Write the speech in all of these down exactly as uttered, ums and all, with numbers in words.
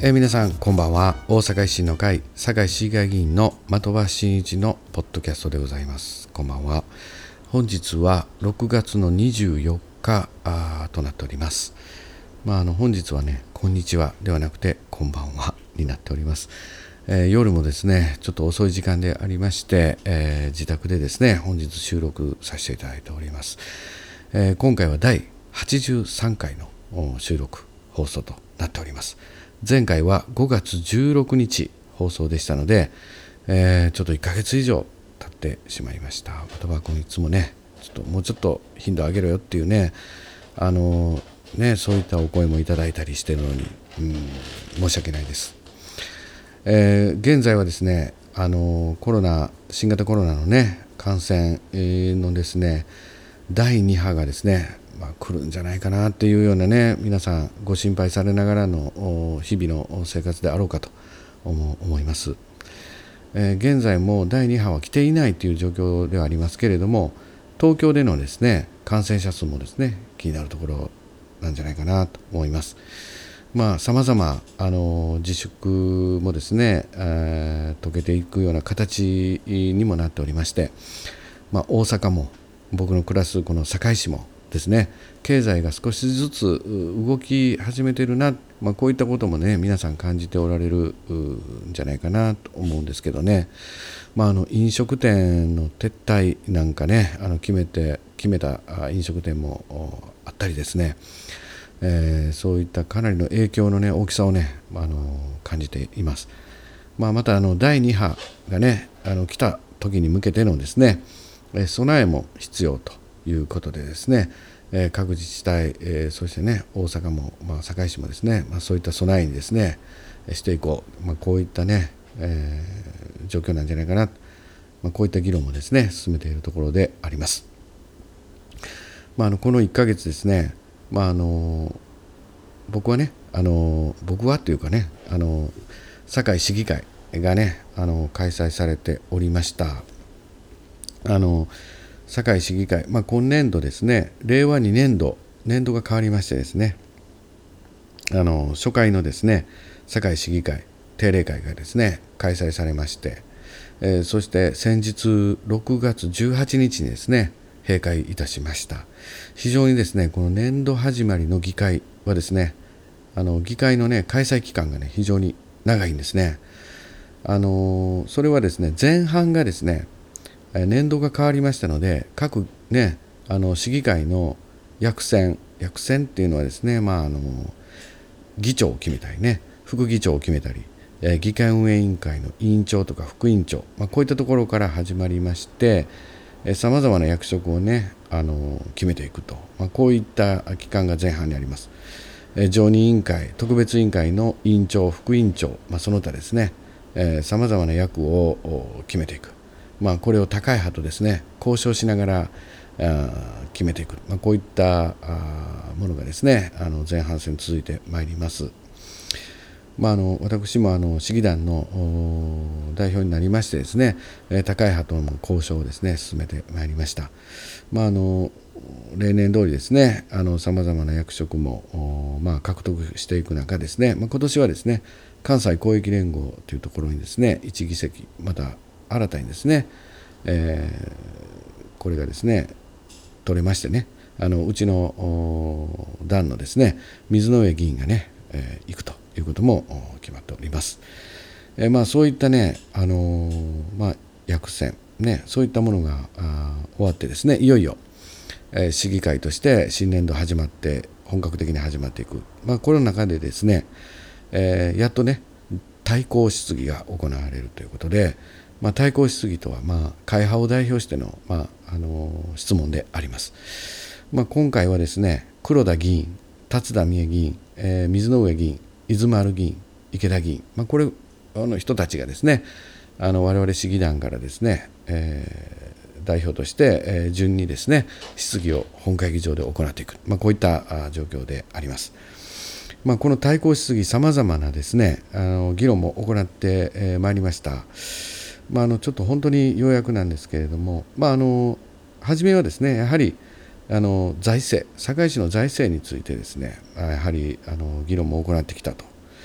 えー、皆さんこんばんは。大阪維新の会堺市議会議員の的場真一のポッドキャストでございます。こんばんは。本日はろくがつのにじゅうよっかとなっております。まあ、あの本日はね、こんにちはではなくてこんばんはになっております。えー、夜もですねちょっと遅い時間でありまして、えー、自宅でですね本日収録させていただいております。えー、今回はだいはちじゅうさんかいの収録放送となっております。前回はごがつじゅうろくにち放送でしたので、えー、ちょっといっかげつ以上経ってしまいました。的場君いつもねちょっともうちょっと頻度上げろよっていうねあのー、ねそういったお声もいただいたりしているのに、うん、申し訳ないです。えー、現在はですねあのー、コロナ新型コロナのね感染のですねだいにはがですねまあ、来るんじゃないかなっていうようなね皆さんご心配されながらの日々の生活であろうかと思思います。えー、現在もだいにはは来ていないという状況ではありますけれども、東京でのですね感染者数もですね気になるところなんじゃないかなと思います。まあ様々あの自粛もですね、えー、解けていくような形にもなっておりまして、まあ、大阪も僕の暮らすこの堺市もですね経済が少しずつ動き始めているな、まあ、こういったこともね皆さん感じておられるんじゃないかなと思うんですけどね、まあ、あの飲食店の撤退なんかねあの決めて決めた飲食店もあったりですね、えー、そういったかなりの影響の、ね、大きさをねあの感じています。まあ、またあのだいにはがねあの来た時に向けてのですね備えも必要ということでですね、えー、各自治体、えー、そしてね大阪も、まあ、堺市もですね、まあ、そういった備えにですねしていこう、まあ、こういったね、えー、状況なんじゃないかな、まあ、こういった議論もですね進めているところであります。まあ、あのこのいっかげつですね、まあ、あの僕はねあの僕はというかねあの堺市議会がねあの開催されておりました。あの堺市議会、まあ、今年度ですねれいわにねんど年度が変わりましてですねあの初回のですね堺市議会定例会がですね開催されまして、えー、そして先日ろくがつじゅうはちにちにですね閉会いたしました。非常にですねこの年度始まりの議会はですねあの議会のね開催期間がね非常に長いんですね。あのそれはですね前半がですね年度が変わりましたので各ねあの市議会の役選役選っていうのはですねまああの議長を決めたりね副議長を決めたり、えー、議会運営委員会の委員長とか副委員長、まあ、こういったところから始まりましてさまざまな役職をねあの決めていくと、まあ、こういった期間が前半にあります。えー、常任委員会特別委員会の委員長副委員長、まあ、その他ですねさまざまな役を決めていく、まあ、これを高い派とですね交渉しながら決めていく、まあ、こういったものがですねあの前半戦続いてまいります。まあ、あの私もあの市議団の代表になりましてですね高い派との交渉をですね進めてまいりました。まあ、あの例年通りですねさまざまな役職も、まあ、獲得していく中ですね、まあ、今年はですね関西広域連合というところにですねいちぎせきまた新たにですね、えー、これがですね取れましてねあのうちの団のですね水上議員がね、えー、行くということも決まっております。えー、まあそういったねあのー、まあ役選ねそういったものが終わってですねいよいよ、えー、市議会として新年度始まって本格的に始まっていく、まあこの中でですね、えー、やっとね対抗質疑が行われるということで、まあ、対抗質疑とは、まあ、会派を代表しての、まあ、あの質問であります。まあ、今回はですね黒田議員辰田美恵議員、えー、水上議員出丸議員池田議員、まあ、これあの人たちがですねあの我々市議団からですね、えー、代表として、えー、順にですね質疑を本会議場で行っていく、まあ、こういった状況であります。まあ、この対抗質疑さまざまなですねあの議論も行ってまい、えー、りました。まあ、あのちょっと本当に要約なんですけれども、まあ、あの初めはですねやはりあの財政堺市の財政についてですねやはりあの議論も行ってきたと。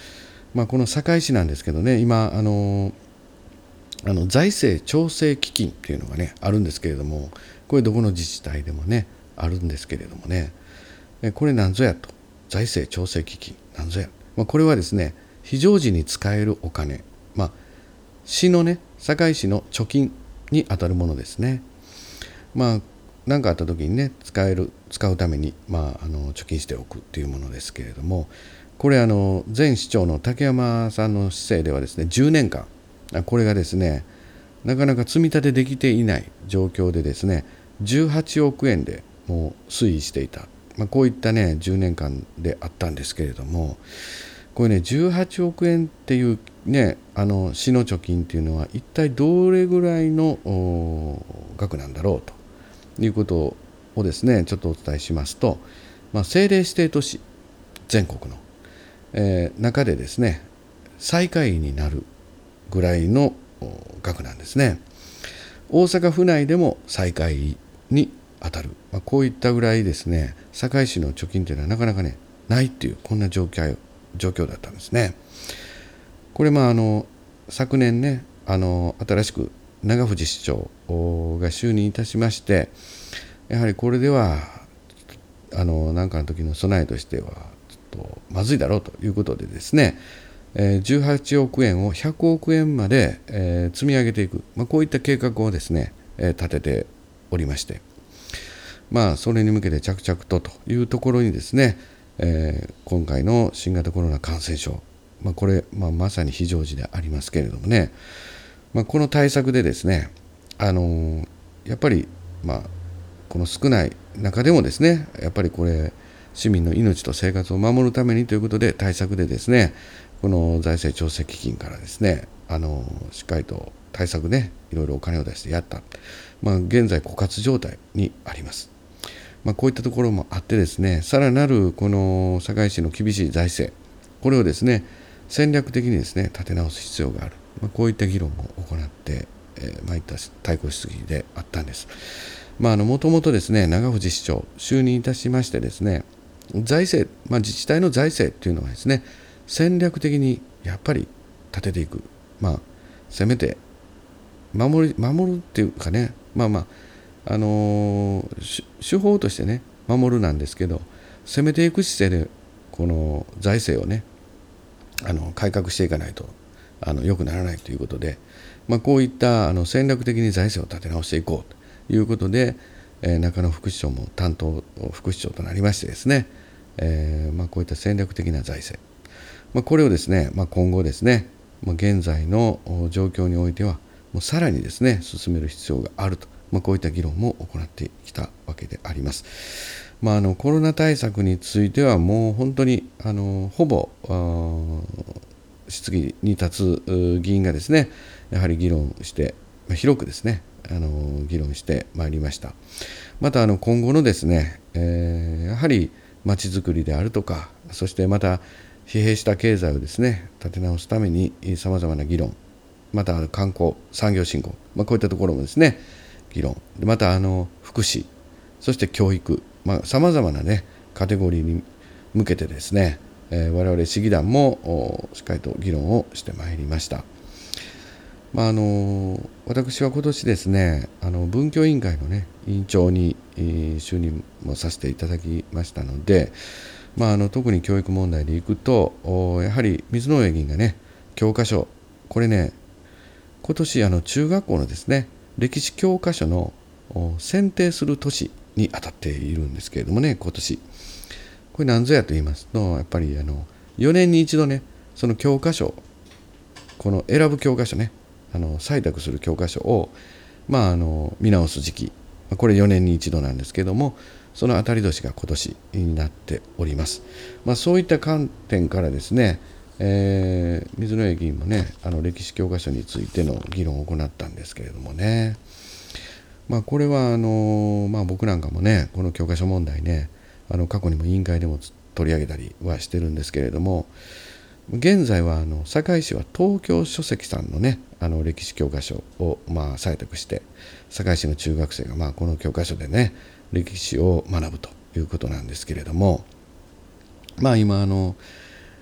まあ、この堺市なんですけどね、今あのあの財政調整基金っていうのがねあるんですけれども、これどこの自治体でもねあるんですけれどもね、これなんぞやと、財政調整基金なんぞや、まあ、これはですね、非常時に使えるお金、まあ市のね、堺市の貯金に当たるものですね。まあ何かあった時にね使える使うために、まあ、あの貯金しておくっていうものですけれども、これあの前市長の竹山さんの市政ではですねじゅうねんかんこれがですねなかなか積み立てできていない状況でですねじゅうはちおくえんでもう推移していた、まあ、こういったねじゅうねんかんであったんですけれども、これねじゅうはちおくえんっていうねあの市の貯金っていうのは一体どれぐらいの額なんだろうということをですねちょっとお伝えしますと、まあ、政令指定都市全国の、えー、中でですね最下位になるぐらいの額なんですね。大阪府内でも最下位に当たる、まあ、こういったぐらいですね堺市の貯金というのはなかなかねないっていうこんな状況状況だったんですね。これまああの昨年ねあの新しく長藤市長が就任いたしまして、やはりこれではあの何かの時の備えとしてはちょっとまずいだろうということでですね、じゅうはちおくえんをひゃくおくえんまで積み上げていく、まあ、こういった計画をですね立てておりまして、まあそれに向けて着々とというところにですね、えー、今回の新型コロナ感染症、まあ、これ、まあ、まさに非常時でありますけれどもね、まあ、この対策でですね、あのー、やっぱり、まあ、この少ない中でもですね、やっぱりこれ市民の命と生活を守るためにということで対策でですね、この財政調整基金からですね、あのー、しっかりと対策ね、いろいろお金を出してやった、まあ、現在枯渇状態にあります。まあ、こういったところもあってですね、さらなるこの堺市の厳しい財政、これをですね戦略的にですね立て直す必要がある、まあ、こういった議論も行って、えー、まあいった対抗質疑であったんです。まああのもともとですね長藤市長就任いたしましてですね、財政、まあ、自治体の財政というのはですね戦略的にやっぱり立てていく、まあせめて守り守るっていうかね、まあまああのー、手法としてね守るなんですけど、攻めていく姿勢でこの財政をねあの改革していかないとあの良くならないということで、まあ、こういったあの戦略的に財政を立て直していこうということで、えー、中野副市長も担当副市長となりましてですね、えーまあ、こういった戦略的な財政、まあ、これをですね、まあ、今後ですね、まあ、現在の状況においてはもうさらにですね進める必要があると、まあ、こういった議論も行ってきたわけであります。まあ、あのコロナ対策についてはもう本当にあのほぼ質疑に立つ議員がですねやはり議論して、まあ、広くですねあの議論してまいりました。またあの今後のですね、えー、やはりまちづくりであるとか、そしてまた疲弊した経済をですね立て直すためにさまざまな議論、また観光産業振興、まあ、こういったところもですね議論で、またあの福祉、そして教育、さまざ、まなねカテゴリーに向けてですね、えー、我々市議団もしっかりと議論をしてまいりました。まあ、あの私は今年ですねあの文教委員会のね委員長に、えー、就任もさせていただきましたので、まあ、あの特に教育問題でいくとやはり水野上議員がね教科書、これね今年あの中学校のですね歴史教科書の選定する年に当たっているんですけれどもね、今年これ何ぞやと言いますと、やっぱりあのよねんに一度ねその教科書、この選ぶ教科書ね、あの採択する教科書を、まあ、あの見直す時期、これよねんに一度なんですけども、その当たり年が今年になっております。まあ、そういった観点からですね、えー、水野家議員もねあの歴史教科書についての議論を行ったんですけれどもね、まあ、これはあの、まあ、僕なんかもねこの教科書問題ねあの過去にも委員会でも取り上げたりはしてるんですけれども、現在はあの堺市は東京書籍さんのねあの歴史教科書をまあ採択して、堺市の中学生がまあこの教科書でね歴史を学ぶということなんですけれども、まあ今あの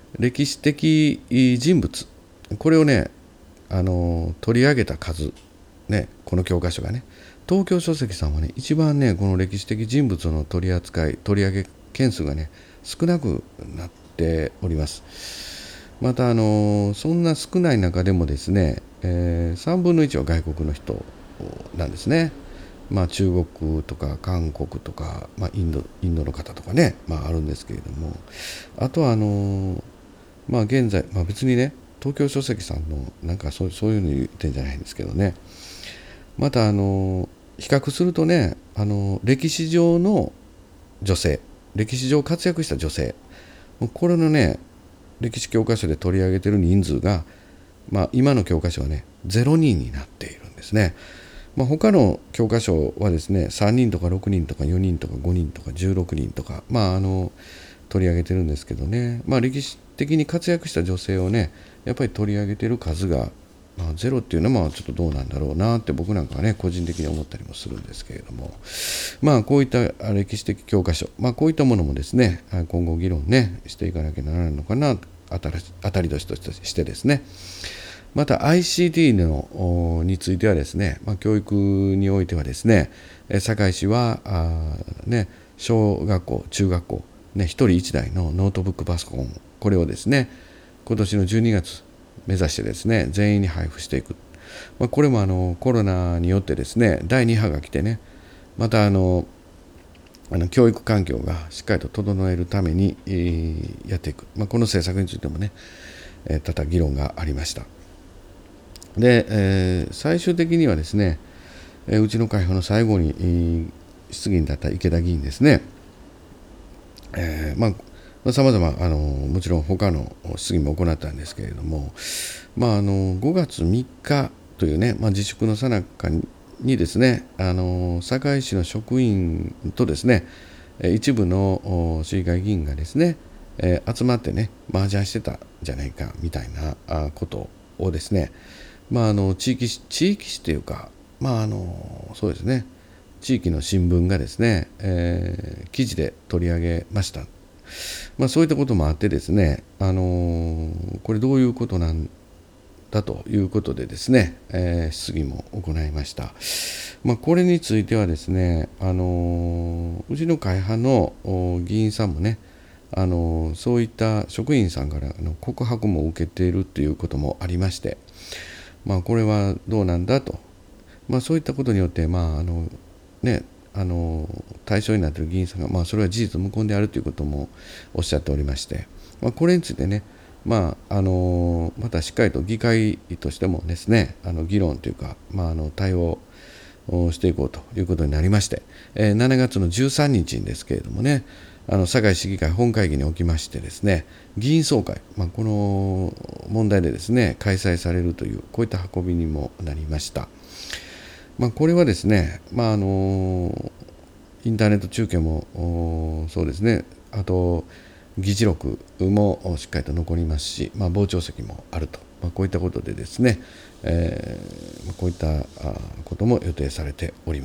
歴史的人物、これをねあの取り上げた数ね、この教科書がね、東京書籍さんはね一番ねこの歴史的人物の取り扱い取り上げ件数がね少なくなっております。またあのそんな少ない中でもですね、えー、さんぶんのいちは外国の人なんですね。まあ中国とか韓国とか、まあ、インドインドの方とかね、まあ、あるんですけれども、あとはあのまあ現在、まあ、別にね東京書籍さんのなんかそうそういうの言ってんじゃないんですけどね、またあの比較するとね、あの歴史上の女性、歴史上活躍した女性、これのね歴史教科書で取り上げている人数が、まあ、今の教科書はねゼロにんになっているんですね。まあ、他の教科書はですねさんにんとかろくにんとかよにんとかごにんとかじゅうろくにんとか、まあ、あの取り上げてるんですけどね、まあ、歴史的に活躍した女性をねやっぱり取り上げてる数が、まあ、ゼロっていうのはちょっとどうなんだろうなって僕なんかはね個人的に思ったりもするんですけれども、まあこういった歴史的教科書、まあ、こういったものもですね今後議論ねしていかなきゃならないのかな当たり年としてですね。また アイシーティー のについてはですね、まあ、教育においてはですね、堺市はあ、ね、小学校中学校、ね、ひとりいちだいのノートブックパソコン、これをですね今年のじゅうにがつ目指してですね全員に配布していく、まあ、これもあのコロナによってですねだいに波が来てね、またあのあの教育環境がしっかりと整えるために、えー、やっていく、まあ、この政策についてもね、えー、多々議論がありました。で、えー、最終的にはですね、えー、うちの会派の最後に、えー、質疑に立った池田議員ですね、えー、まあさまざまあのもちろん他の質疑も行ったんですけれども、まあ、あのごがつみっかというね、まあ、自粛の最中ににですね、あの堺市の職員とですね一部の市議会議員がですね、えー、集まってね麻雀してたんじゃないかみたいなことをですね、まあ、あの地域地域紙というか、まああのそうですね地域の新聞がですね、えー、記事で取り上げました。まあ、そういったこともあってですね、あのー、これどういうことなんだということでですね、えー、質疑も行いました。まあ、これについてはですね、あのー、うちの会派の議員さんもね、あのー、そういった職員さんからの告白も受けているということもありまして、まあ、これはどうなんだと、まあ、そういったことによって、まああのね、あの対象になっている議員さんが、まあ、それは事実無根であるということもおっしゃっておりまして、まあ、これについてね、まああのまたしっかりと議会としてもですねあの議論というか、まあ、あの対応をしていこうということになりまして、えー、しちがつのじゅうさんにちにですけれどもね、あの堺市議会本会議におきましてですね議員総会、まあ、この問題でですね開催されるというこういった運びにもなりました。まあ、これはですね、まあ、あのインターネット中継もそうですね、あと議事録もしっかりと残りますし、まあ、傍聴席もあると、まあ、こういったことでですね、えー、こういったことも予定されております。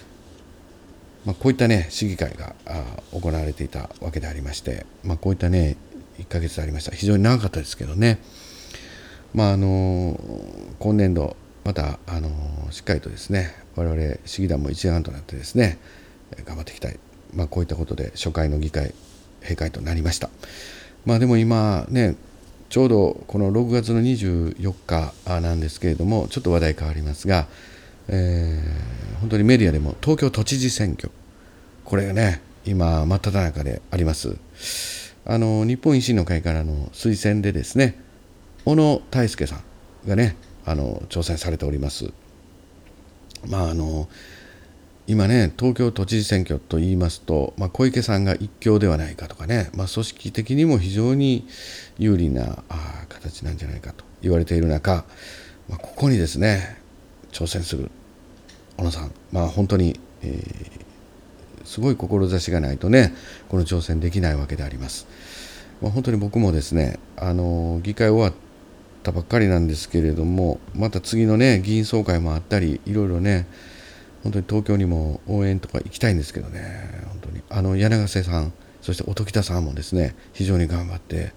まあ、こういったね市議会が行われていたわけでありまして、まあ、こういったねいっかげつありました。非常に長かったですけどね、まあ、あの今年度またあのしっかりとですね我々市議団も一丸となってですね頑張っていきたい、まあ、こういったことで初回の議会閉会となりました。まあでも今ねちょうどこのろくがつのにじゅうよっかなんですけれども、ちょっと話題変わりますが、えー、本当にメディアでも東京都知事選挙、これがね今真っ只中であります。あの日本維新の会からの推薦でですね小野泰輔さんがねあの挑戦されております。まああの今ね東京都知事選挙といいますと、まあ、小池さんが一強ではないかとかね、まあ、組織的にも非常に有利なあ形なんじゃないかと言われている中、まあ、ここにですね挑戦する小野さん、まあ本当に、えー、すごい志がないとねこの挑戦できないわけであります。まあ、本当に僕もですねあの議会終わったばっかりなんですけれども、また次のね議員総会もあったりいろいろね本当に東京にも応援とか行きたいんですけどね、本当にあの柳ヶ瀬さんそして音喜多さんもですね非常に頑張って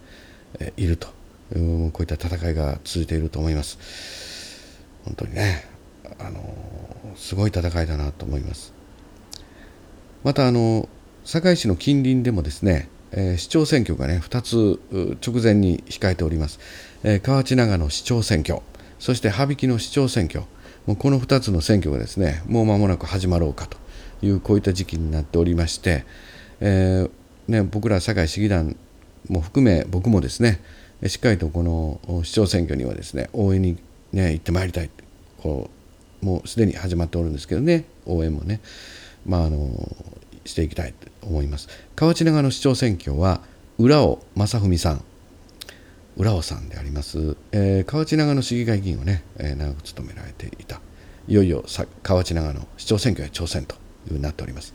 えいると、うん、こういった戦いが続いていると思います。本当にね、あのすごい戦いだなと思います。またあの堺市の近隣でもですね、えー、市長選挙がねふたつ直前に控えております。えー、河内長野市長選挙、そして羽曳野市長選挙、もうこのふたつの選挙がですねもう間もなく始まろうかというこういった時期になっておりまして、えーね、僕ら堺市議団も含め僕もですねしっかりとこの市長選挙にはですね応援に、ね、行ってまいりたい、こうもうすでに始まっておるんですけどね、応援もね、まあ、あのしていきたいと思います。河内長野市長選挙は浦尾正文さん、浦尾さんであります、えー、河内長野市議会議員をね、えー、長く務められていた、いよいよ河内長野市長選挙へ挑戦というふうになっております。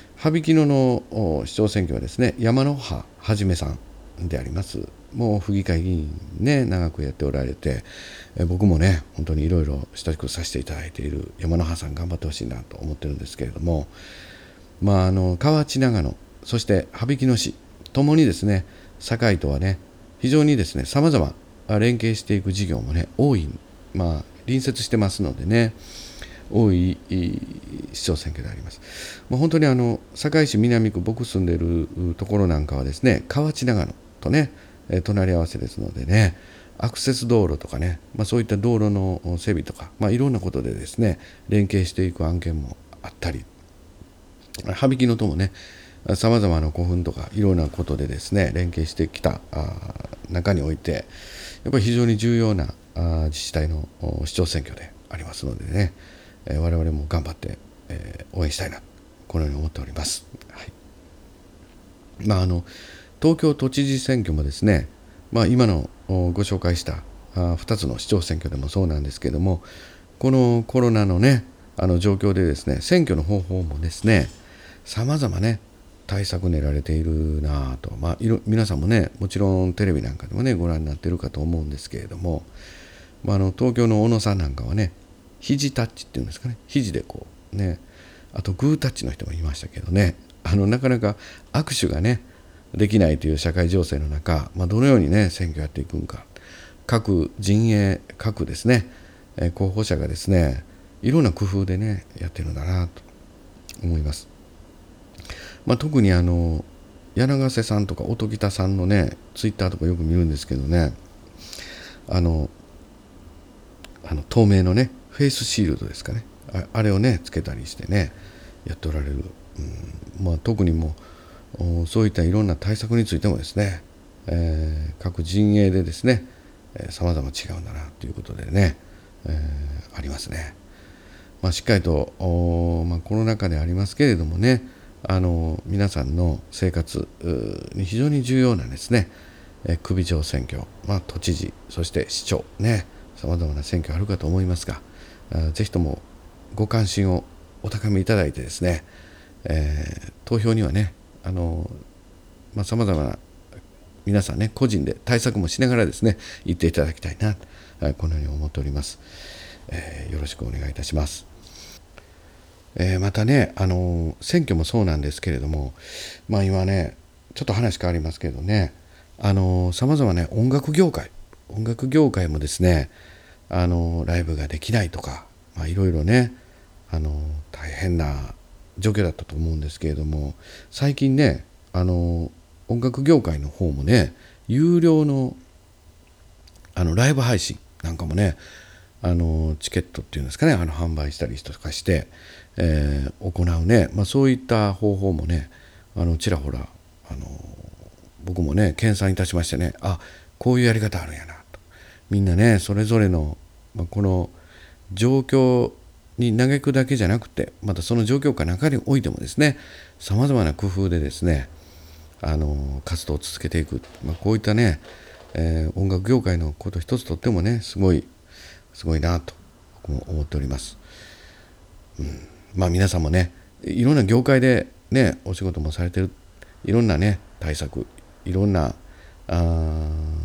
羽曳野の市長選挙はですね山の葉はじめさんであります。もう府議会議員ね長くやっておられて、えー、僕もね本当にいろいろ親しくさせていただいている山の葉さん、頑張ってほしいなと思ってるんですけれども、まあ、あの河内長野そして羽曳野市ともにですね堺とはね非常にですねさまざま連携していく事業もね多い、まあ、隣接してますのでね多い市長選挙であります。まあ、本当にあの堺市南区、僕住んでいるところなんかはですね河内長野とね隣り合わせですのでね、アクセス道路とかね、まあ、そういった道路の整備とか、まあ、いろんなことでですね連携していく案件もあったり、羽曳野ともねさまざまな古墳とかいろんなことでですね連携してきた中においてやっぱり非常に重要な自治体の市長選挙でありますのでね、我々も頑張って応援したいな、このように思っております。はい、まああの東京都知事選挙もですね、まあ、今のご紹介したふたつの市長選挙でもそうなんですけれども、このコロナのねあの状況でですね選挙の方法もですねさまざまね対策練られているなと、まあ、いろ皆さんもねもちろんテレビなんかでもねご覧になっているかと思うんですけれども、まあ、あの東京の小野さんなんかはね肘タッチっていうんですかね、肘でこうね、あとグータッチの人もいましたけどね、あのなかなか握手がねできないという社会情勢の中、まあ、どのようにね選挙やっていくんか、各陣営各ですね候補者がですねいろんな工夫でねやってるんだなと思います。まあ、特にあの柳瀬さんとか音喜多さんのねツイッターとかよく見るんですけどね、あのあの透明のねフェイスシールドですかね、 あ, あれをねつけたりしてねやっておられる、うんまあ、特にもうそういったいろんな対策についてもですね、えー、各陣営でですねさまざま違うんだなということでね、えー、ありますね。まあ、しっかりと、まあ、コロナ禍でありますけれどもね、あの皆さんの生活に非常に重要なですね首長選挙、まあ、都知事そして市長ね、さまざまな選挙あるかと思いますが、ぜひともご関心をお高めいただいてですね、えー、投票にはねあのさまざ、まな皆さんね個人で対策もしながらですね行っていただきたいな、このように思っております。えー、よろしくお願いいたします。えー、またねあの選挙もそうなんですけれども、まあ今ねちょっと話変わりますけどね、あのさまざまね音楽業界音楽業界もですねあのライブができないとか、まあ、いろいろねあの大変な状況だったと思うんですけれども、最近ねあの音楽業界の方もね有料のあのライブ配信なんかもねあのチケットっていうんですかね、あの販売したりとかして、えー、行うね、まあ、そういった方法もねあのちらほらあの僕もね研鑽いたしましてね、あこういうやり方あるんやなと、みんなねそれぞれの、まあ、この状況に嘆くだけじゃなくて、またその状況下の中においてもですねさまざまな工夫でですねあの活動を続けていく、まあ、こういったね、えー、音楽業界のこと一つとってもねすごいすごいなと僕も思っております。うん、まあ皆さんもねいろんな業界でねお仕事もされてる、いろんなね対策、いろんなあ、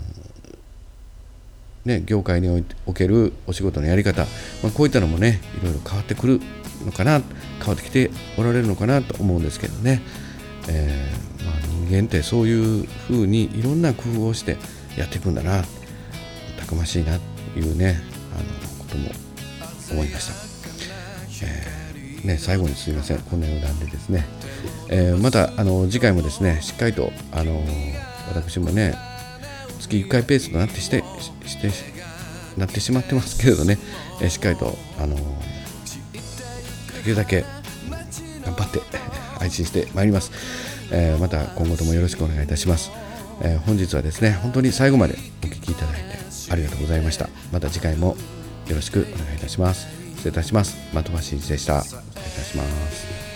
ね、業界におけるお仕事のやり方、まあ、こういったのもねいろいろ変わってくるのかな、変わってきておられるのかなと思うんですけどね、えーまあ、人間ってそういうふうにいろんな工夫をしてやっていくんだな、たくましいなというねあのことも思いました。えーね、最後にすいません、こんな余談でですね、えー、またあの次回もですねしっかりとあの私もね月いっかいペースとなってしてしてなってしまってますけれどね、えー、しっかりとあのできるだけ頑張って配信してまいります。えー、また今後ともよろしくお願いいたします。えー、本日はですね本当に最後までお聞きいただいてありがとうございました。また次回もよろしくお願いいたします。失礼いたします。的場真一でした。失礼いたします。